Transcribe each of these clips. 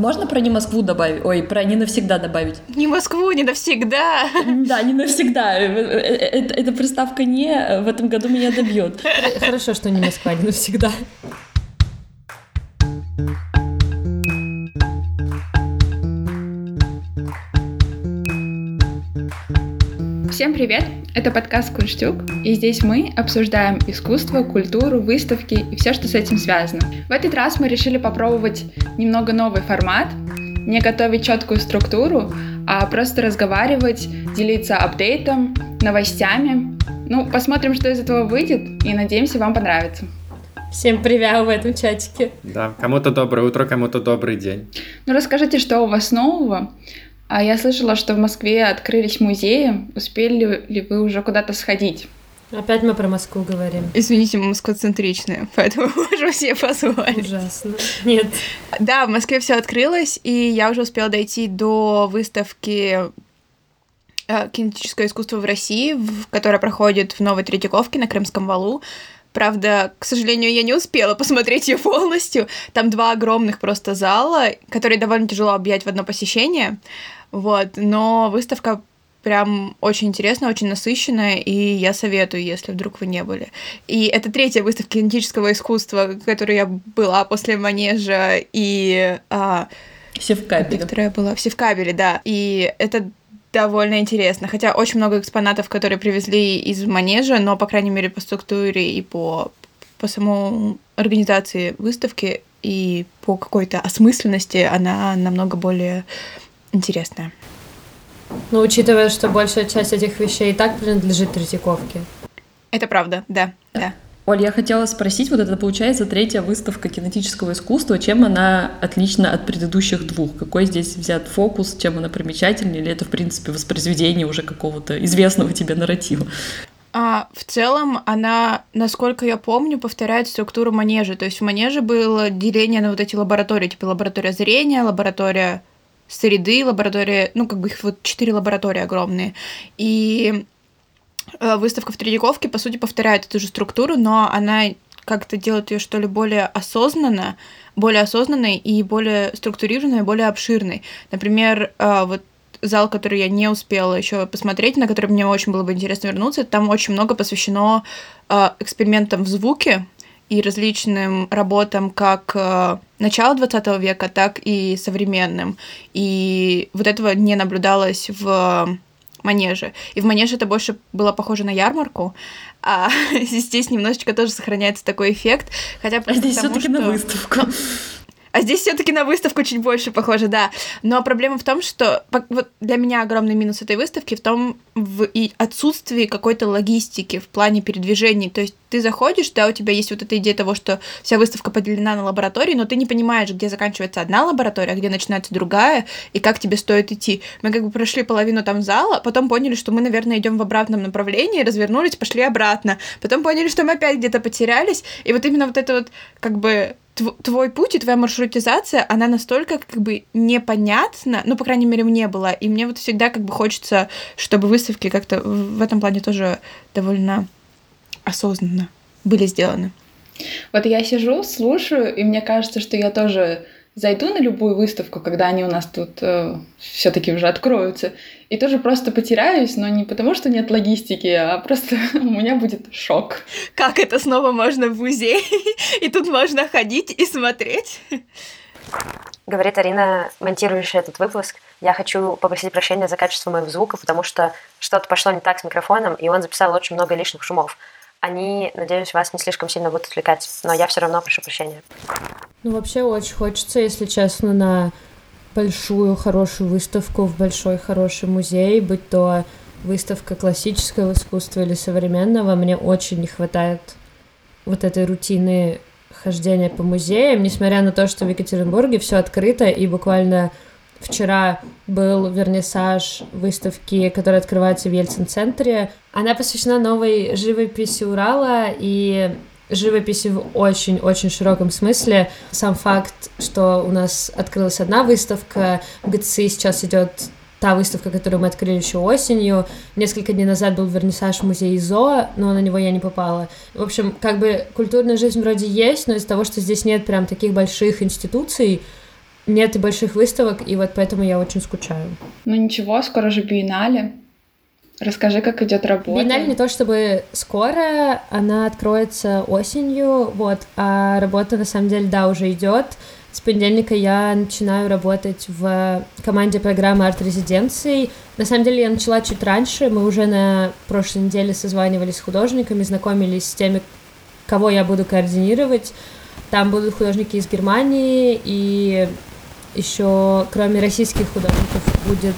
Можно про «Не Москву» добавить? Ой, про «Не навсегда» добавить. Не Москву, не навсегда. Да, не навсегда. Эта приставка «не» в этом году меня добьет. Хорошо, что не Москва, не навсегда. Всем привет! Это подкаст «Кунштюк», и здесь мы обсуждаем искусство, культуру, выставки и все, что с этим связано. В этот раз мы решили попробовать немного новый формат, не готовить четкую структуру, а просто разговаривать, делиться апдейтом, новостями. Посмотрим, что из этого выйдет, и надеемся, вам понравится. Всем привет в этом чатике. Да, кому-то доброе утро, кому-то добрый день. Расскажите, что у вас нового? А я слышала, что в Москве открылись музеи. Успели ли вы уже куда-то сходить? Опять мы про Москву говорим. Извините, мы москвоцентричные, поэтому можем себе позволить. Ужасно. Нет. Да, в Москве все открылось, и я уже успела дойти до выставки «Кинетическое искусство в России», которая проходит в Новой Третьяковке на Крымском валу. Правда, к сожалению, я не успела посмотреть ее полностью. Там 2 огромных просто зала, которые довольно тяжело объять в одно посещение. Но выставка прям очень интересная, очень насыщенная, и я советую, если вдруг вы не были. И это 3-я выставка кинетического искусства, в которой я была после Манежа и... Севкабеля. Вторая была в Севкабеле, да. И это довольно интересно. Хотя очень много экспонатов, которые привезли из Манежа, но, по крайней мере, по структуре и по самой организации выставки и по какой-то осмысленности она намного более интересная. Учитывая, что большая часть этих вещей и так принадлежит Третьяковке. Это правда, да. Оль, я хотела спросить, это получается 3-я выставка кинетического искусства, чем она отлична от предыдущих 2? Какой здесь взят фокус, чем она примечательнее, или это, в принципе, воспроизведение уже какого-то известного тебе нарратива? В целом, она, насколько я помню, повторяет структуру Манежа. То есть в Манеже было деление на эти лаборатории, типа лаборатория зрения, лаборатория среды, лаборатория, их 4 лаборатории огромные. И выставка в Третьяковке, по сути, повторяет эту же структуру, но она как-то делает ее, что ли, более осознанной и более структурированной, более обширной. Например, зал, который я не успела еще посмотреть, на который мне очень было бы интересно вернуться, там очень много посвящено экспериментам в звуке и различным работам как начала 20 века, так и современным. И этого не наблюдалось в Манеже. И в Манеже это больше было похоже на ярмарку, а здесь немножечко тоже сохраняется такой эффект. Хотя здесь все-таки на выставку. А здесь все-таки на выставку чуть больше похоже, да. Но проблема в том, что для меня огромный минус этой выставки в том, и отсутствии какой-то логистики в плане передвижений. То есть ты заходишь, да, у тебя есть эта идея того, что вся выставка поделена на лаборатории, но ты не понимаешь, где заканчивается одна лаборатория, а где начинается другая, и как тебе стоит идти. Мы прошли половину там зала, потом поняли, что мы, наверное, идем в обратном направлении, развернулись, пошли обратно. Потом поняли, что мы опять где-то потерялись. И именно твой путь и твоя маршрутизация, она настолько непонятна, по крайней мере, мне была, и мне всегда хочется, чтобы выставки как-то в этом плане тоже довольно осознанно были сделаны. Я сижу, слушаю, и мне кажется, что я тоже зайду на любую выставку, когда они у нас тут все-таки уже откроются, и тоже просто потеряюсь, но не потому, что нет логистики, а просто у меня будет шок. Как это снова можно в музей, и тут можно ходить и смотреть? Говорит Арина, монтирующая этот выпуск. Я хочу попросить прощения за качество моего звука, потому что что-то пошло не так с микрофоном, и он записал очень много лишних шумов. Они, надеюсь, вас не слишком сильно будут отвлекать, но я все равно прошу прощения. Вообще очень хочется, если честно, на большую хорошую выставку в большой хороший музей, будь то выставка классического искусства или современного. Мне очень не хватает этой рутины хождения по музеям, несмотря на то, что в Екатеринбурге все открыто, и буквально вчера был вернисаж выставки, которая открывается в Ельцин-центре. Она посвящена новой живописи Урала и живописи в очень-очень широком смысле. Сам факт, что у нас открылась одна выставка, в ГЦИ сейчас идет та выставка, которую мы открыли еще осенью. Несколько дней назад был вернисаж в музее ЗОО, но на него я не попала. В общем, культурная жизнь вроде есть, но из-за того, что здесь нет прям таких больших институций, нет и больших выставок, и вот поэтому я очень скучаю. Ну ничего, скоро же биеннале. Расскажи, как идет работа. Биеннале не то чтобы скоро, она откроется осенью, вот, а работа на самом деле, да, уже идет. С понедельника я начинаю работать в команде программы арт-резиденций. На самом деле я начала чуть раньше, мы уже на прошлой неделе созванивались с художниками, знакомились с теми, кого я буду координировать. Там будут художники из Германии, и еще кроме российских художников будет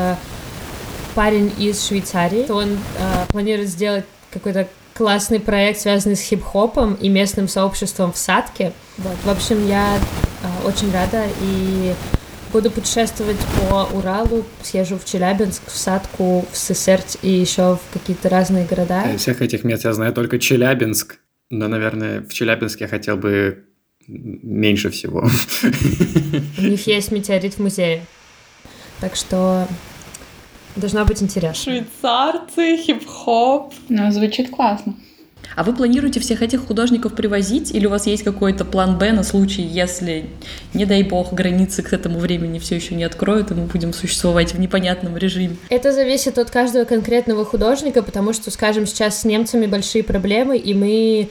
парень из Швейцарии. Он планирует сделать какой-то классный проект, связанный с хип-хопом и местным сообществом в Садке. Вот. В общем, я очень рада и буду путешествовать по Уралу, съезжу в Челябинск, в Садку, в Сысерть и еще в какие-то разные города. Из всех этих мест я знаю только Челябинск, но, наверное, в Челябинске я хотел бы меньше всего. У них есть метеорит в музее, так что должно быть интересно. Швейцарцы, хип-хоп. Ну, звучит классно. А вы планируете всех этих художников привозить, или у вас есть какой-то план Б на случай, если, не дай бог, границы к этому времени все еще не откроют, и мы будем существовать в непонятном режиме? Это зависит от каждого конкретного художника, потому что, скажем, сейчас с немцами большие проблемы, и мы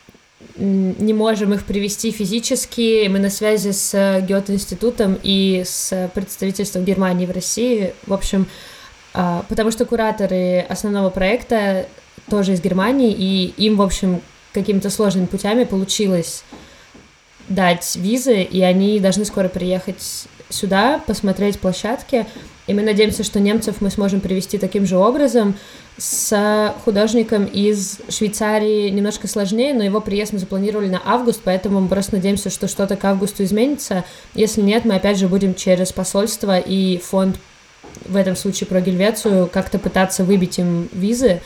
не можем их привести физически. Мы на связи с Гёте-институтом и с представительством Германии в России. В общем, потому что кураторы основного проекта тоже из Германии, и им, в общем, какими-то сложными путями получилось дать визы, и они должны скоро приехать сюда, посмотреть площадки, и мы надеемся, что немцев мы сможем привести таким же образом. С художником из Швейцарии немножко сложнее, но его приезд мы запланировали на август, поэтому мы просто надеемся, что что-то к августу изменится. Если нет, мы опять же будем через посольство и фонд, в этом случае про Гельвецию, как-то пытаться выбить им визы.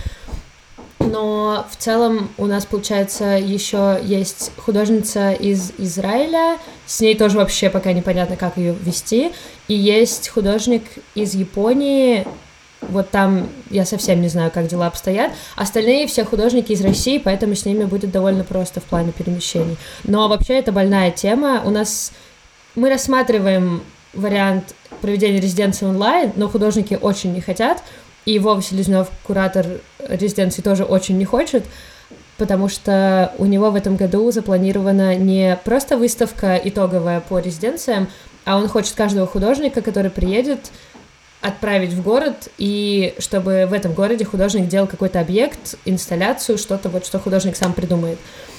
Но в целом у нас, получается, еще есть художница из Израиля, с ней тоже вообще пока непонятно, как ее вести, и есть художник из Японии, вот там я совсем не знаю, как дела обстоят, остальные все художники из России, поэтому с ними будет довольно просто в плане перемещений. Но вообще это больная тема, мы рассматриваем вариант проведения резиденции онлайн, но художники очень не хотят, и Вова Селезнёв, куратор резиденции, тоже очень не хочет, потому что у него в этом году запланирована не просто выставка итоговая по резиденциям, а он хочет каждого художника, который приедет, отправить в город, и чтобы в этом городе художник делал какой-то объект, инсталляцию, что-то, вот что художник сам придумает.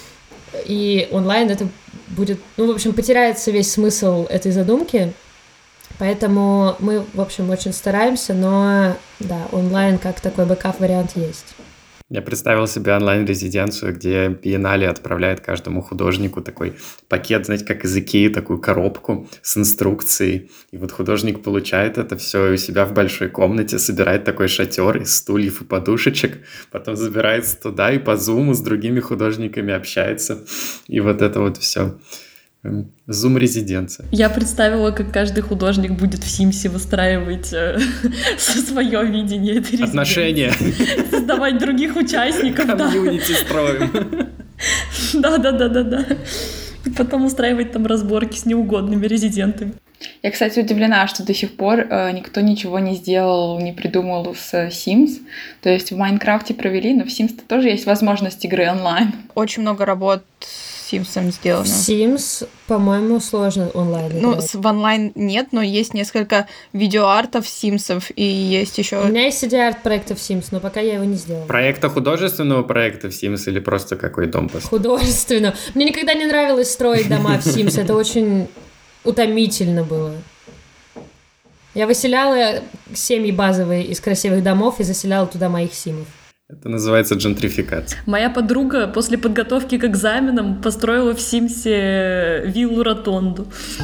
И онлайн это будет... в общем, потеряется весь смысл этой задумки, поэтому мы, в общем, очень стараемся, но, да, онлайн как такой бэкап-вариант есть. Я представил себе онлайн-резиденцию, где биеннале отправляет каждому художнику такой пакет, знаете, как из Икеи, такую коробку с инструкцией. И вот художник получает это все у себя в большой комнате, собирает такой шатер из стульев и подушечек, потом забирается туда и по зуму с другими художниками общается. И вот это вот все. Зум-резиденция. Я представила, как каждый художник будет в Симсе выстраивать свое видение этой резиденции. Отношения. Создавать других участников. Комьюнити строим. Да. И потом устраивать там разборки с неугодными резидентами. Я, кстати, удивлена, что до сих пор никто ничего не сделал, не придумал с Sims. То есть в Майнкрафте провели, но в Sims тоже есть возможность игры онлайн. Очень много работ Sims сделано. В Sims, по-моему, сложно онлайн играть. В онлайн нет, но есть несколько видеоартов Симсов, и есть еще... У меня есть CD-арт проекта в Sims, но пока я его не сделала. Проекта художественного проекта в Sims или просто какой дом построить? Художественно. Мне никогда не нравилось строить дома в Sims, это очень утомительно было. Я выселяла семьи базовые из красивых домов и заселяла туда моих симов. Это называется джентрификация. Моя подруга после подготовки к экзаменам построила в Симсе виллу-ротонду.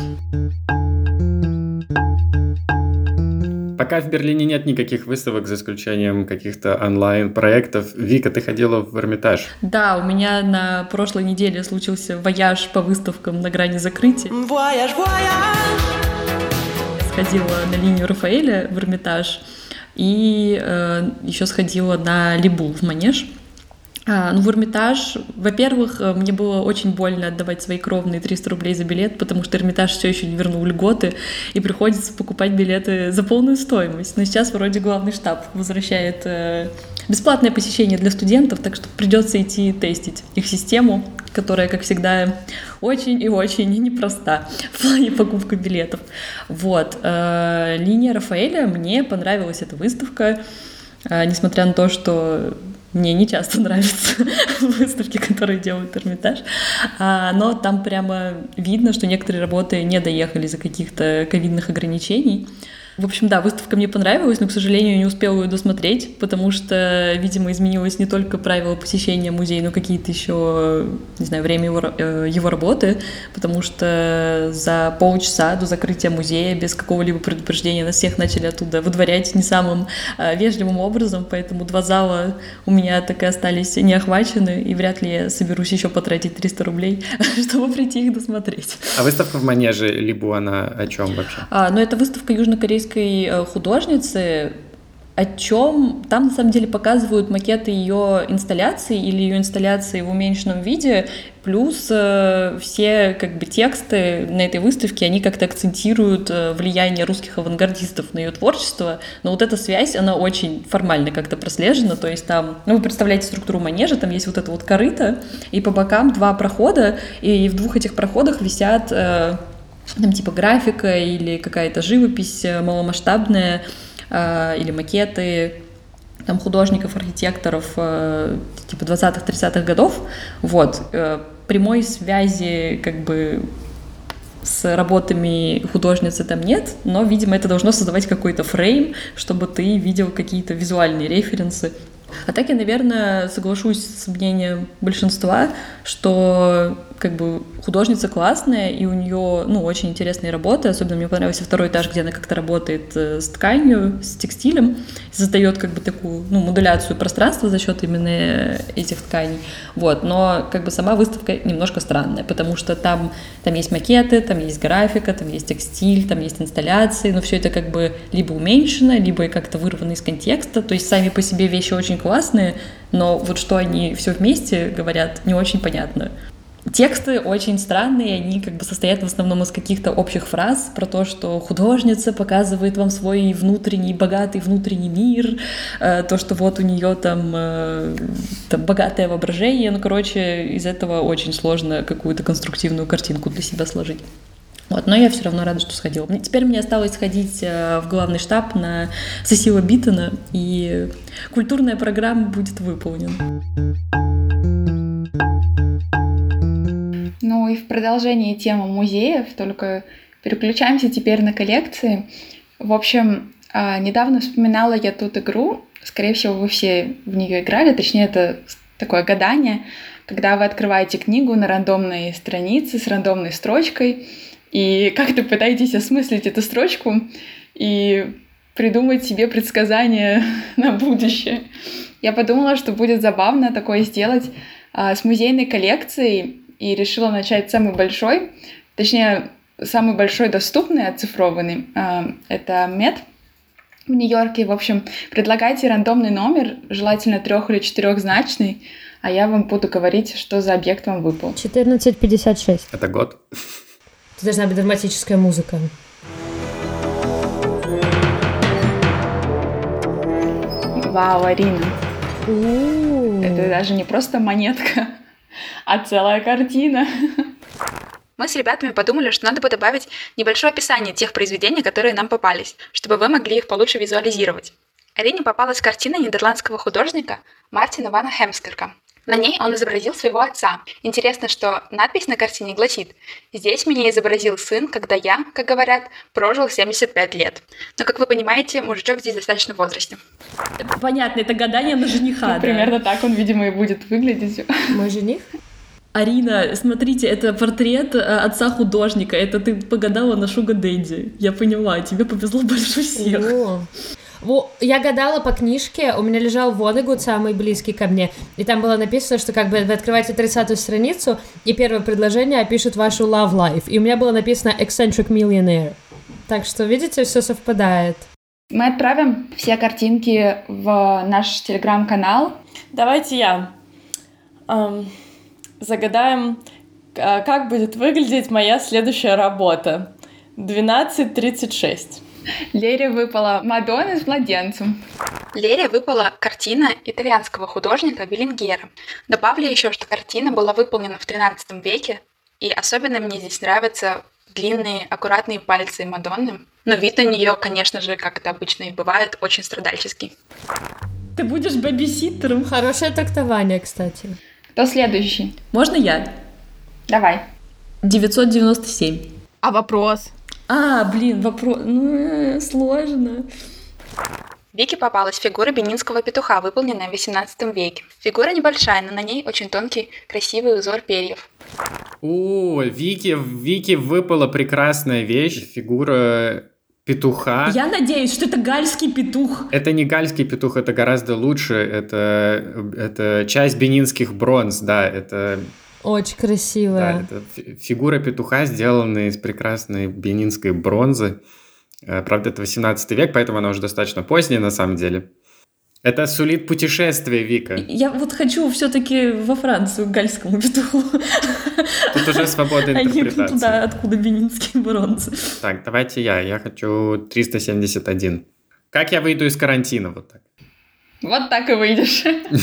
Пока в Берлине нет никаких выставок, за исключением каких-то онлайн-проектов. Вика, ты ходила в Эрмитаж? Да, у меня на прошлой неделе случился вояж по выставкам на грани закрытия. Вояж! Сходила на линию Рафаэля в Эрмитаж и еще сходила на Либу в Манеж. Ну, в Эрмитаж, во-первых, мне было очень больно отдавать свои кровные 300 рублей за билет, потому что Эрмитаж все еще не вернул льготы, и приходится покупать билеты за полную стоимость. Но сейчас вроде главный штаб возвращает бесплатное посещение для студентов, так что придется идти тестить их систему, которая, как всегда, очень и очень непроста в плане покупки билетов. Вот. Линия Рафаэля, мне понравилась эта выставка, несмотря на то, что мне не часто нравятся выставки, которые делает Эрмитаж, но там прямо видно, что некоторые работы не доехали из-за каких-то ковидных ограничений. В общем, да, выставка мне понравилась, но, к сожалению, не успела ее досмотреть, потому что, видимо, изменилось не только правила посещения музея, но какие-то еще, не знаю, время его работы, потому что за полчаса до закрытия музея без какого-либо предупреждения нас всех начали оттуда выдворять не самым вежливым образом, поэтому 2 зала у меня так и остались не охвачены, и вряд ли я соберусь еще потратить 300 рублей, чтобы прийти их досмотреть. А выставка в Манеже, либо она о чем вообще? Ну, это выставка южнокорейской художницы, о чем там на самом деле показывают макеты ее инсталляций или ее инсталляции в уменьшенном виде, плюс все как бы тексты на этой выставке, они как-то акцентируют влияние русских авангардистов на ее творчество, но вот эта связь, она очень формально как-то прослежена, то есть там, вы представляете структуру Манежа, там есть вот это вот корыто, и по бокам 2 прохода, и в 2 этих проходах висят там типа графика или какая-то живопись маломасштабная, или макеты там художников, архитекторов типа 20-30-х годов. Вот. Прямой связи как бы с работами художницы там нет, но, видимо, это должно создавать какой-то фрейм, чтобы ты видел какие-то визуальные референсы. А так я, наверное, соглашусь с мнением большинства, что как бы художница классная, и у нее, очень интересные работы. Особенно мне понравился 2-й этаж, где она как-то работает с тканью, с текстилем, создает как бы такую, модуляцию пространства за счет именно этих тканей. Вот. Но как бы сама выставка немножко странная, потому что там есть макеты, там есть графика, там есть текстиль, там есть инсталляции, но все это как бы либо уменьшено, либо как-то вырвано из контекста. То есть сами по себе вещи очень классные, но вот что они все вместе говорят, не очень понятно. Тексты очень странные, они как бы состоят в основном из каких-то общих фраз про то, что художница показывает вам свой внутренний, богатый внутренний мир, то, что вот у нее там богатое воображение, из этого очень сложно какую-то конструктивную картинку для себя сложить. Вот, но я все равно рада, что сходила. Теперь мне осталось сходить в главный штаб на Сесила Биттона, и культурная программа будет выполнена. Ну и в продолжении темы музеев, только переключаемся теперь на коллекции. В общем, недавно вспоминала я тут игру, скорее всего, вы все в нее играли, точнее, это такое гадание, когда вы открываете книгу на рандомной странице с рандомной строчкой, и как-то пытаетесь осмыслить эту строчку и придумать себе предсказания на будущее. Я подумала, что будет забавно такое сделать с музейной коллекцией, и решила начать самый большой, точнее, самый большой доступный, оцифрованный. Это Met в Нью-Йорке. В общем, предлагайте рандомный номер, желательно 3- или 4-значный, а я вам буду говорить, что за объект вам выпал. 1456. Это год? Это должна быть драматическая музыка. Вау, Арина. Это даже не просто монетка, а целая картина. Мы с ребятами подумали, что надо бы добавить небольшое описание тех произведений, которые нам попались, чтобы вы могли их получше визуализировать. Арине попалась картина нидерландского художника Мартина вана Хемскерка. На ней он изобразил своего отца. Интересно, что надпись на картине гласит: «Здесь меня изобразил сын, когда я, как говорят, прожил 75 лет». Но, как вы понимаете, мужичок здесь достаточно в возрасте. Понятно, это гадание на жениха, да? Примерно так он, видимо, и будет выглядеть. Мой жених? Арина, смотрите, это портрет отца художника. Это ты погадала на Шуга Дэдди. Я поняла, тебе повезло больше всех. Я гадала по книжке, у меня лежал Воннегут, самый близкий ко мне, и там было написано, что как бы вы открываете 30-ю страницу, и первое предложение опишет вашу love life, и у меня было написано eccentric millionaire. Так что, видите, все совпадает. Мы отправим все картинки в наш телеграм-канал. Давайте я. Загадаем, как будет выглядеть моя следующая работа. 12:36. Лере выпала Мадонна с младенцем. Лере выпала картина итальянского художника Беллингера. Добавлю еще, что картина была выполнена в XIII веке, и особенно мне здесь нравятся длинные, аккуратные пальцы Мадонны. Но вид у нее, конечно же, как это обычно и бывает, очень страдальческий. Ты будешь бэбиситером? Хорошее трактование, кстати. Кто следующий? Можно я? Давай. 997. А вопрос? Вопрос. Сложно. Вике попалась фигура бенинского петуха, выполненная в XVIII веке. Фигура небольшая, но на ней очень тонкий, красивый узор перьев. Вике выпала прекрасная вещь, фигура петуха. Я надеюсь, что это гальский петух. Это не гальский петух, это гораздо лучше. Это часть бенинских бронз, да, это... Очень красивая. Да, это фигура петуха, сделанная из прекрасной бенинской бронзы. Правда, это 18 век, поэтому она уже достаточно поздняя на самом деле. Это сулит путешествие, Вика. Я вот хочу все-таки во Францию к гальскому петуху. Тут уже свободная интерпретация. А не туда, откуда бенинские бронзы. Так, давайте я хочу 371. Как я выйду из карантина? Вот так. Вот так и выйдешь.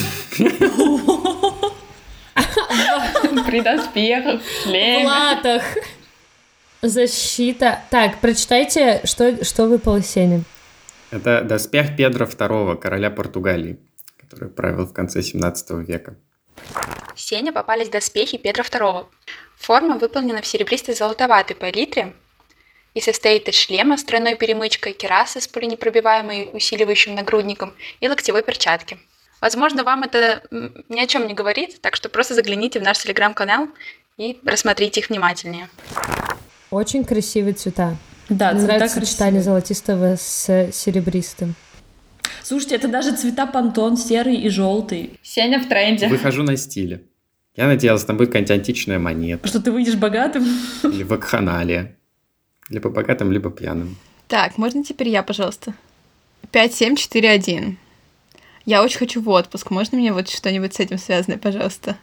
При доспехах, в шлеме. В латах. Защита. Так, прочитайте, что выпало Сене. Это доспех Педро II, короля Португалии, который правил в конце 17 века. Сене попались доспехи Педро II. Форма выполнена в серебристо-золотоватой палитре и состоит из шлема с тройной перемычкой, кирасы с пуленепробиваемой усиливающим нагрудником и локтевой перчатки. Возможно, вам это ни о чем не говорит, так что просто загляните в наш телеграм-канал и рассмотрите их внимательнее. Очень красивые цвета. Да, мне цвета нравится сочетание золотистого с серебристым. Слушайте, это даже цвета пантон, серый и желтый. Сеня в тренде. Выхожу на стиле. Я надеялся, там будет какая-нибудь античная монета. Что ты выйдешь богатым? Или вакханалия. Либо богатым, либо пьяным. Так, можно теперь я, пожалуйста? 5741. Я очень хочу в отпуск. Можно мне вот что-нибудь с этим связанное, пожалуйста?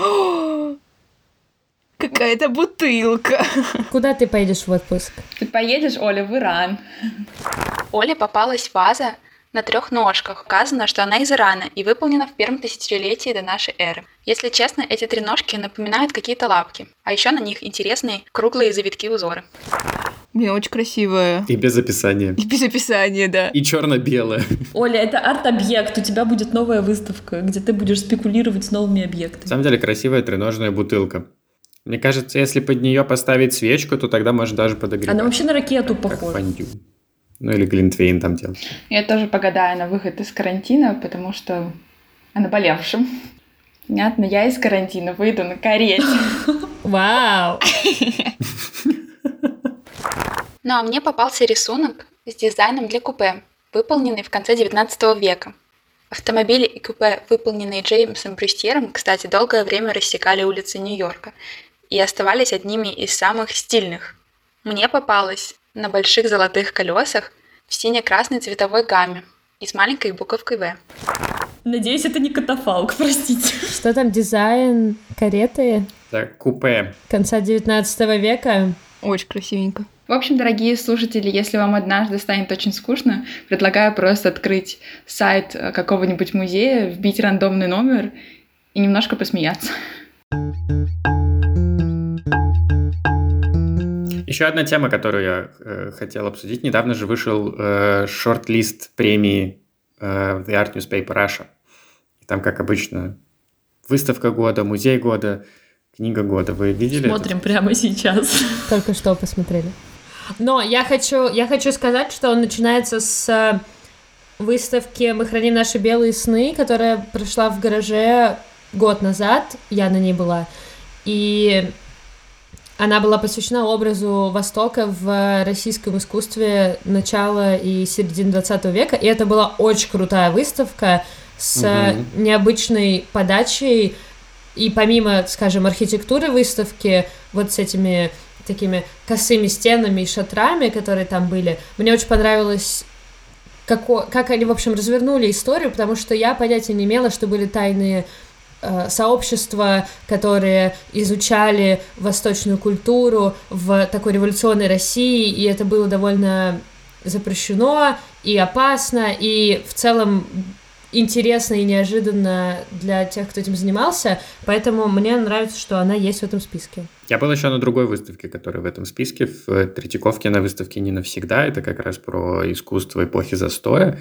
Какая-то бутылка. Куда ты поедешь в отпуск? Ты поедешь, Оля, в Иран. Оле попалась ваза на 3 ножках. Указано, что она из Ирана и выполнена в 1 тысячелетии до нашей эры. Если честно, эти 3 ножки напоминают какие-то лапки. А еще на них интересные круглые завитки узоры. Блин, очень красивая. И без описания. И без описания, да. И черно-белое. Оля, это арт-объект. У тебя будет новая выставка, где ты будешь спекулировать с новыми объектами. На самом деле красивая треножная бутылка. Мне кажется, если под нее поставить свечку, то тогда можно даже подогревать. Она вообще на ракету как похожа. фондю. Ну или глинтвейн там делать. Я тоже погадаю на выход из карантина, потому что о наболевшем. Понятно, я из карантина выйду на карете. Вау! Ну а мне попался рисунок с дизайном для купе, выполненный в конце 19 века. Автомобили и купе, выполненные Джеймсом Брюстьером, кстати, долгое время рассекали улицы Нью-Йорка и оставались одними из самых стильных. Мне попалось на больших золотых колесах в сине-красной цветовой гамме и с маленькой буковкой «В». Надеюсь, это не катафалк, простите. Что там, дизайн кареты Так, купе. конца 19 века? Очень красивенько. В общем, дорогие слушатели, если вам однажды станет очень скучно, предлагаю просто открыть сайт какого-нибудь музея, вбить рандомный номер и немножко посмеяться. Еще одна тема, которую я хотел обсудить. Недавно же вышел шорт-лист премии The Art Newspaper Russia. И там, как обычно, выставка года, музей года, книга года. Вы видели Смотрим прямо сейчас. Только что посмотрели. Но я хочу сказать, что он начинается с выставки «Мы храним наши белые сны», которая прошла в гараже год назад, я на ней была, и она была посвящена образу Востока в российском искусстве начала и середины 20 века, и это была очень крутая выставка с необычной подачей, и помимо, скажем, архитектуры выставки, вот с этими такими косыми стенами и шатрами, которые там были, мне очень понравилось, как они, в общем, развернули историю, потому что я понятия не имела, что были тайные сообщества, которые изучали восточную культуру в такой революционной России, и это было довольно запрещено и опасно, и в целом интересно и неожиданно для тех, кто этим занимался, поэтому мне нравится, что она есть в этом списке. Я был еще на другой выставке, которая в этом списке, в Третьяковке, на выставке «Не навсегда». Это как раз про искусство эпохи застоя.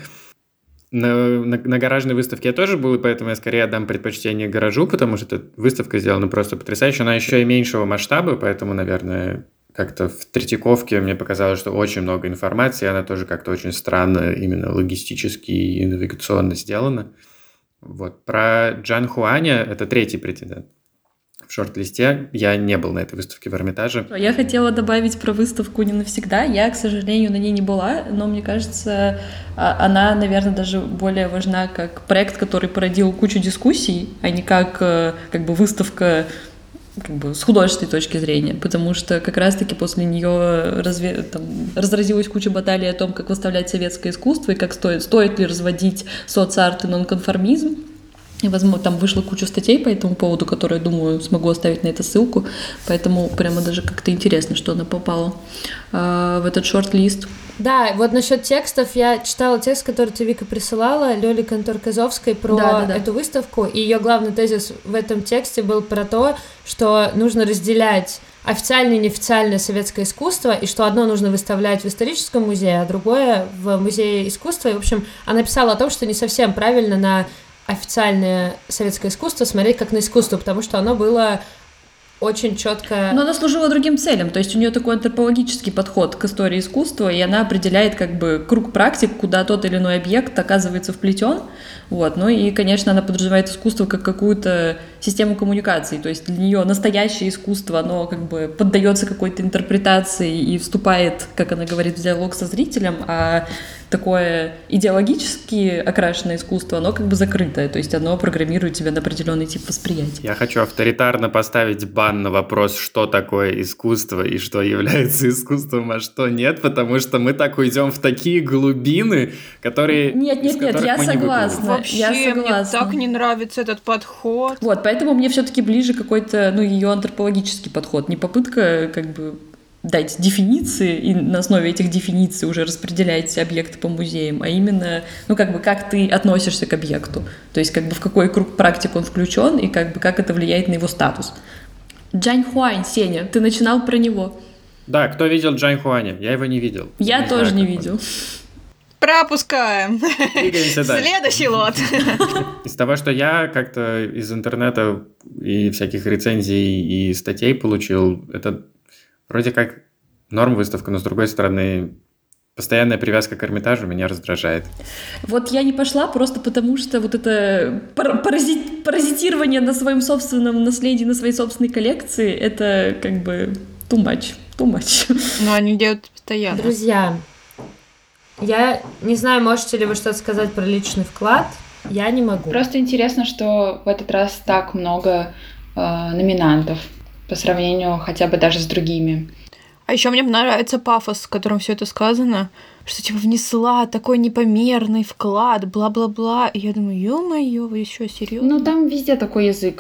На гаражной выставке я тоже был, и поэтому я скорее отдам предпочтение гаражу, потому что эта выставка сделана просто потрясающе. Она еще и меньшего масштаба, поэтому, наверное, как-то в Третьяковке мне показалось, что очень много информации, она тоже как-то очень странно именно логистически и навигационно сделана. Вот. Про Джан Хуаня, это 3-й претендент в шорт-листе. Я не был на этой выставке в Эрмитаже. Я хотела добавить про выставку «Не навсегда». Я, к сожалению, на ней не была, но мне кажется, она, наверное, даже более важна как проект, который породил кучу дискуссий, а не как бы выставка с художественной точки зрения, потому что как раз-таки после нее разразилась куча баталий о том, как выставлять советское искусство и как стоит ли разводить соцарт и нонконформизм. И, возможно, там вышло куча статей по этому поводу, которые, думаю, смогу оставить на это ссылку. Поэтому прямо даже как-то интересно, что она попала в этот шорт-лист. Да, вот насчет текстов, я читала текст, который ты, Вика, присылала, Лёли Контор-Казовской про эту выставку, и ее главный тезис в этом тексте был про то, что нужно разделять официальное и неофициальное советское искусство, и что одно нужно выставлять в историческом музее, а другое в музее искусства. И, в общем, она писала о том, что не совсем правильно на официальное советское искусство смотреть как на искусство, потому что оно было очень четко... Но она служила другим целям, то есть у нее такой антропологический подход к истории искусства, и она определяет как бы круг практик, куда тот или иной объект оказывается вплетен. Вот. Ну и, конечно, она подразумевает искусство как какую-то систему коммуникации, то есть для нее настоящее искусство, оно как бы поддается какой-то интерпретации и вступает, как она говорит, в диалог со зрителем, а такое идеологически окрашенное искусство, оно как бы закрытое, то есть оно программирует тебя на определенный тип восприятия. Я хочу авторитарно поставить бан на вопрос, что такое искусство и что является искусством, а что нет, потому что мы так уйдем в такие глубины, которые... Нет, я согласна. Вообще, мне так не нравится этот подход. Вот, поэтому мне все-таки ближе какой-то, ее антропологический подход, не попытка как бы дать дефиниции и на основе этих дефиниций уже распределять объекты по музеям, а именно, как ты относишься к объекту, то есть в какой круг практик он включен и как это влияет на его статус. Джань Хуань, Сеня, ты начинал про него. Да, кто видел Джань Хуаня? Я его не видел. Я тоже не видел. Пропускаем. Двигаемся дальше. Следующий лот. Из того, что я как-то из интернета и всяких рецензий и статей получил, это вроде как норм выставка, но с другой стороны, постоянная привязка к Эрмитажу меня раздражает. Вот я не пошла просто потому, что вот это паразитирование на своем собственном наследии, на своей собственной коллекции, это как бы too much. Но они делают постоянно. Друзья, я не знаю, можете ли вы что-то сказать про личный вклад, я не могу. Просто интересно, что в этот раз так много номинантов по сравнению хотя бы даже с другими. А еще мне нравится пафос, с которым все это сказано, что типа внесла такой непомерный вклад, бла-бла-бла. И я думаю, ё-моё, вы еще серьезно? Ну там везде такой язык.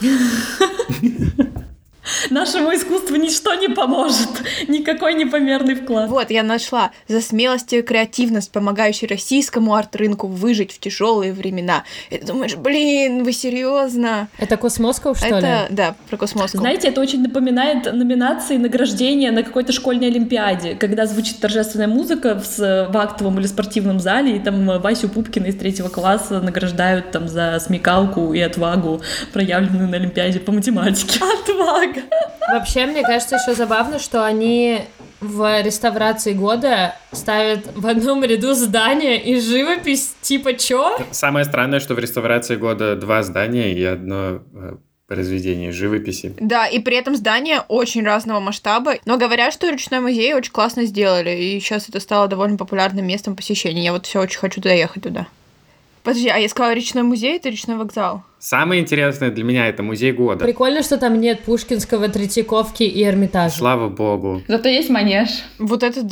Нашему искусству ничто не поможет, никакой непомерный вклад. Вот, я нашла за смелость и креативность, помогающий российскому арт-рынку выжить в тяжелые времена. И ты думаешь, блин, вы серьезно? Это Космосков, что ли? Да, про Космосков. Знаете, это очень напоминает номинации, награждения на какой-то школьной олимпиаде, когда звучит торжественная музыка в актовом или спортивном зале, и там Васю Пупкина из 3 класса награждают там за смекалку и отвагу, проявленную на олимпиаде по математике. Отвага! Вообще, мне кажется, еще забавно, что они в реставрации года ставят в одном ряду здания и живопись, типа чё? Самое странное, что в реставрации года 2 здания и одно произведение живописи. Да, и при этом здания очень разного масштаба, но говорят, что речной музей очень классно сделали, и сейчас это стало довольно популярным местом посещения. Я вот все очень хочу доехать туда. Подожди, а я сказала речной музей, это речной вокзал? Самое интересное для меня — это музей года. Прикольно, что там нет Пушкинского, Третьяковки и Эрмитажа. Слава богу. Зато есть манеж. Вот это да.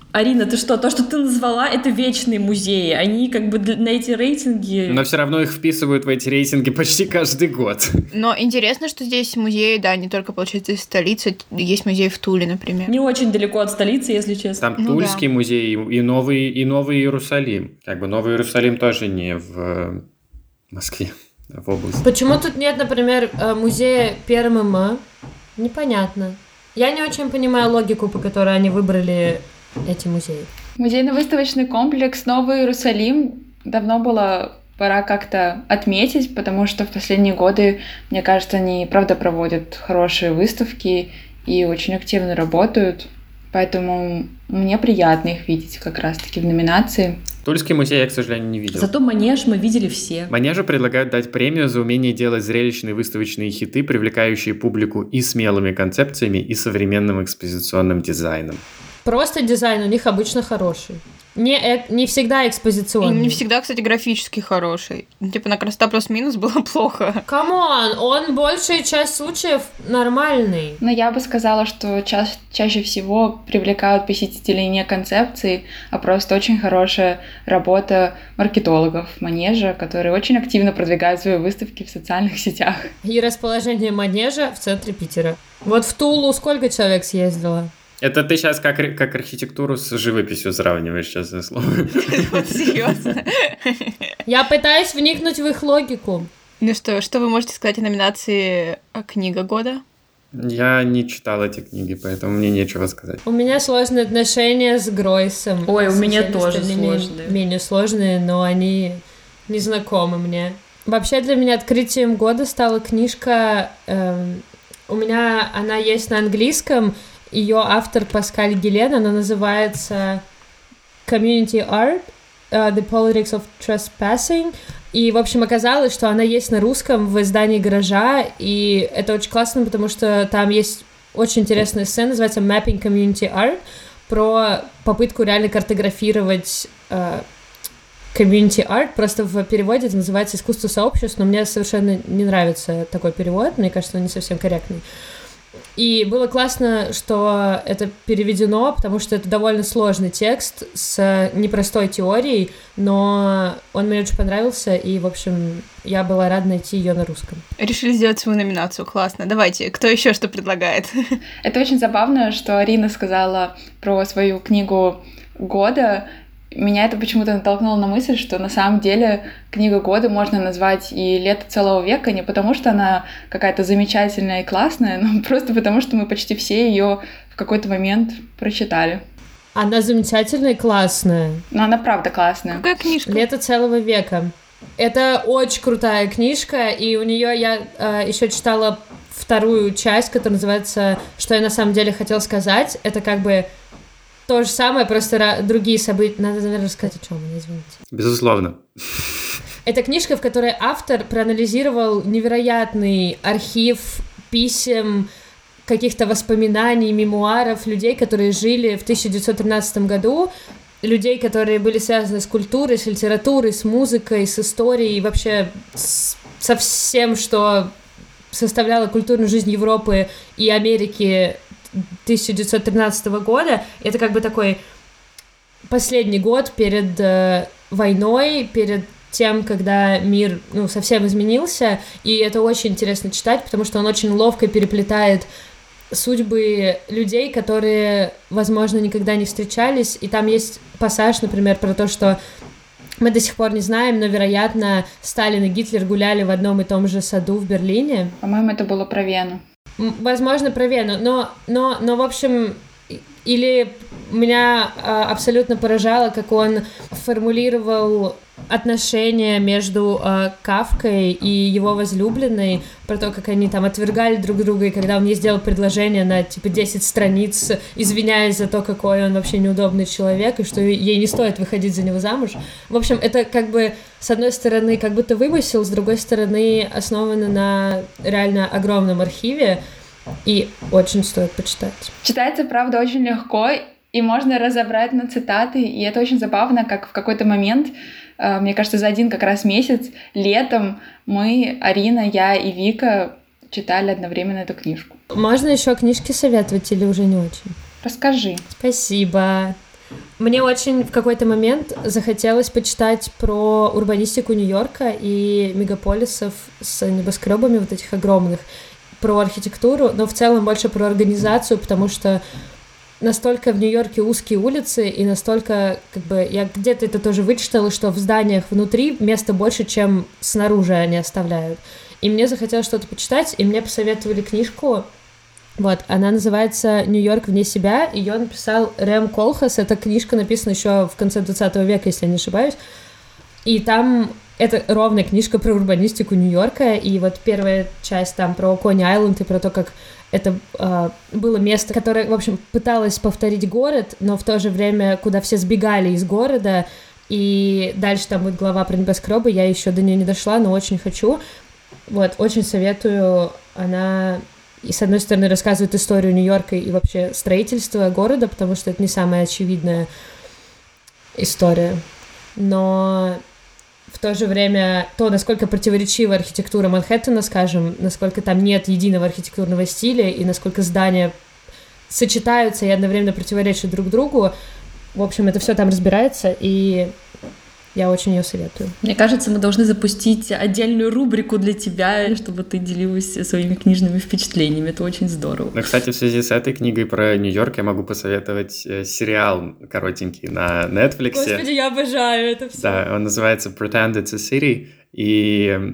Арина, ты что? То, что ты назвала, это вечные музеи. Они как бы на эти рейтинги... Но все равно их вписывают в эти рейтинги почти каждый год. Но интересно, что здесь музеи, да, не только, получается, из столицы. Есть музей в Туле, например. Не очень далеко от столицы, если честно. Там Тульский музей и Новый Иерусалим. Как бы Новый Иерусалим тоже не в Москве, а в области. Почему тут нет, например, музея ПРММ? Непонятно. Я не очень понимаю логику, по которой они выбрали эти музеи. Музейно-выставочный комплекс Новый Иерусалим давно было пора как-то отметить, потому что в последние годы, мне кажется, они правда проводят хорошие выставки и очень активно работают. Поэтому мне приятно их видеть как раз-таки в номинации. Тульский музей я, к сожалению, не видел. Зато Манеж мы видели все. Манежу предлагают дать премию за умение делать зрелищные выставочные хиты, привлекающие публику и смелыми концепциями, и современным экспозиционным дизайном. Просто дизайн у них обычно хороший. Не всегда экспозиционный. И не всегда, кстати, графически хороший. Типа на красота плюс-минус было плохо. Камон, он большая часть случаев нормальный. Но я бы сказала, что чаще всего привлекают посетителей не концепции, а просто очень хорошая работа маркетологов Манежа, которые очень активно продвигают свои выставки в социальных сетях. И расположение Манежа в центре Питера. Вот в Тулу сколько человек съездило? Это ты сейчас как архитектуру с живописью сравниваешь, честное слово. Серьезно? Я пытаюсь вникнуть в их логику. Ну что вы можете сказать о номинации «Книга года»? Я не читал эти книги, поэтому мне нечего сказать. У меня сложные отношения с Гройсом. Ой, у меня тоже сложные. Менее сложные, но они не знакомы мне. Вообще для меня открытием года стала книжка... у меня она есть на английском. Ее автор Паскаль Гилен, она называется Community Art, The Politics of Trespassing. И, в общем, оказалось, что она есть на русском в издании «Гаража», и это очень классно, потому что там есть очень интересная сцена, называется Mapping Community Art, про попытку реально картографировать community art, просто в переводе это называется «Искусство сообществ», но мне совершенно не нравится такой перевод, мне кажется, он не совсем корректный. И было классно, что это переведено, потому что это довольно сложный текст с непростой теорией, но он мне очень понравился, и, в общем, я была рада найти ее на русском. Решили сделать свою номинацию, классно. Давайте, кто еще что предлагает? Это очень забавно, что Арина сказала про свою книгу года. Меня это почему-то натолкнуло на мысль, что на самом деле книга года можно назвать и «Лето целого века» не потому, что она какая-то замечательная и классная, но просто потому, что мы почти все ее в какой-то момент прочитали. Она замечательная и классная. Но она правда классная. Какая книжка? «Лето целого века». Это очень крутая книжка, и у нее я еще читала вторую часть, которая называется «Что я на самом деле хотела сказать». Это как бы то же самое, просто другие события. Надо, наверное, рассказать, о чем она, извините. Безусловно. Это книжка, в которой автор проанализировал невероятный архив писем, каких-то воспоминаний, мемуаров людей, которые жили в 1913 году, людей, которые были связаны с культурой, с литературой, с музыкой, с историей и вообще со всем, что составляло культурную жизнь Европы и Америки 1913 года. Это как бы такой последний год перед войной, перед тем, когда мир совсем изменился, и это очень интересно читать, потому что он очень ловко переплетает судьбы людей, которые, возможно, никогда не встречались, и там есть пассаж, например, про то, что мы до сих пор не знаем, но, вероятно, Сталин и Гитлер гуляли в одном и том же саду в Берлине. По-моему, это было про Вену. Возможно, про Вену, но в общем, или меня абсолютно поражало, как он формулировал отношения между Кафкой и его возлюбленной, про то, как они там отвергали друг друга, и когда он ей сделал предложение на, 10 страниц, извиняясь за то, какой он вообще неудобный человек, и что ей не стоит выходить за него замуж. В общем, это как бы, с одной стороны, как будто вымысел, с другой стороны, основано на реально огромном архиве, и очень стоит почитать. Читается, правда, очень легко, и можно разобрать на цитаты, и это очень забавно, как в какой-то момент, мне кажется, за один как раз месяц, летом, мы, Арина, я и Вика читали одновременно эту книжку. Можно еще книжки советовать или уже не очень? Расскажи. Спасибо. Мне очень в какой-то момент захотелось почитать про урбанистику Нью-Йорка и мегаполисов с небоскребами вот этих огромных, про архитектуру, но в целом больше про организацию, потому что настолько в Нью-Йорке узкие улицы, и настолько, как бы, я где-то это тоже вычитала, что в зданиях внутри места больше, чем снаружи они оставляют. И мне захотелось что-то почитать, и мне посоветовали книжку. Вот, она называется «Нью-Йорк вне себя», ее написал Рэм Колхас, эта книжка написана еще в конце 20 века, если я не ошибаюсь, и там это ровная книжка про урбанистику Нью-Йорка, и вот первая часть там про Кони-Айленд и про то, как это было место, которое, в общем, пыталось повторить город, но в то же время, куда все сбегали из города, и дальше там будет глава про небоскребы, я еще до нее не дошла, но очень хочу. Вот, очень советую, она... И, с одной стороны, рассказывает историю Нью-Йорка и вообще строительство города, потому что это не самая очевидная история. Но в то же время то, насколько противоречива архитектура Манхэттена, скажем, насколько там нет единого архитектурного стиля и насколько здания сочетаются и одновременно противоречат друг другу, в общем, это все там разбирается, и я очень ее советую. Мне кажется, мы должны запустить отдельную рубрику для тебя, чтобы ты делилась своими книжными впечатлениями. Это очень здорово. Ну, кстати, в связи с этой книгой про Нью-Йорк я могу посоветовать сериал коротенький на Netflix. Господи, я обожаю это все. Да, он называется Pretend It's a City, и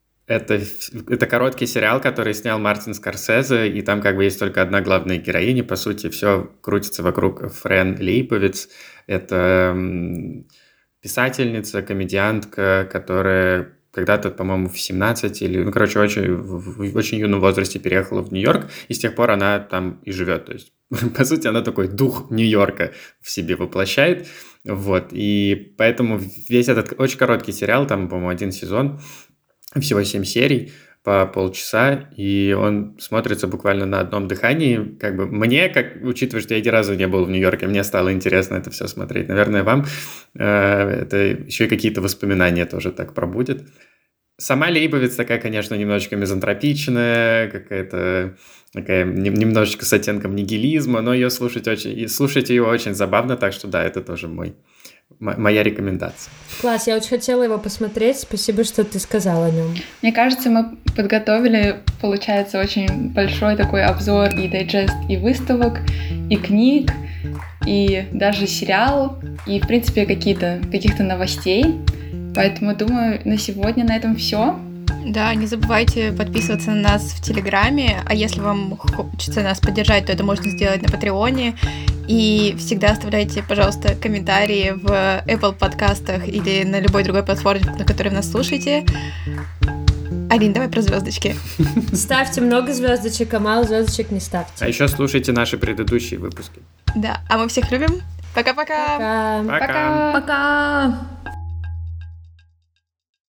это короткий сериал, который снял Мартин Скорсезе, и там как бы есть только одна главная героиня, по сути, все крутится вокруг Френ Лейбовиц. Это писательница, комедиантка, которая когда-то, по-моему, в 17 или, в очень юном возрасте переехала в Нью-Йорк, и с тех пор она там и живет. То есть, по сути, она такой дух Нью-Йорка в себе воплощает. Вот. И поэтому весь этот очень короткий сериал, там, по-моему, 1 сезон, всего 7 серий, по полчаса, и он смотрится буквально на одном дыхании. Как бы мне, учитывая, что я ни разу не был в Нью-Йорке, мне стало интересно это все смотреть. Наверное, вам это еще и какие-то воспоминания тоже так пробудет. Сама Лейбовиц такая, конечно, немножечко мизантропичная, какая-то такая немножечко с оттенком нигилизма, но слушать ее очень забавно, так что да, это тоже моя рекомендация. Класс, я очень хотела его посмотреть. Спасибо, что ты сказал о нем. Мне кажется, мы подготовили, получается, очень большой такой обзор и дайджест и выставок, и книг, и даже сериал, и, в принципе, каких-то новостей. Поэтому, думаю, на сегодня на этом все. Да, не забывайте подписываться на нас в Телеграме, а если вам хочется нас поддержать, то это можно сделать на Патреоне. И всегда оставляйте, пожалуйста, комментарии в Apple подкастах или на любой другой платформе, на которой вы нас слушаете. Алин, давай про звездочки. Ставьте много звездочек, а мало звездочек не ставьте. А еще слушайте наши предыдущие выпуски. Да, а мы всех любим. Пока-пока! Пока! Пока! Пока!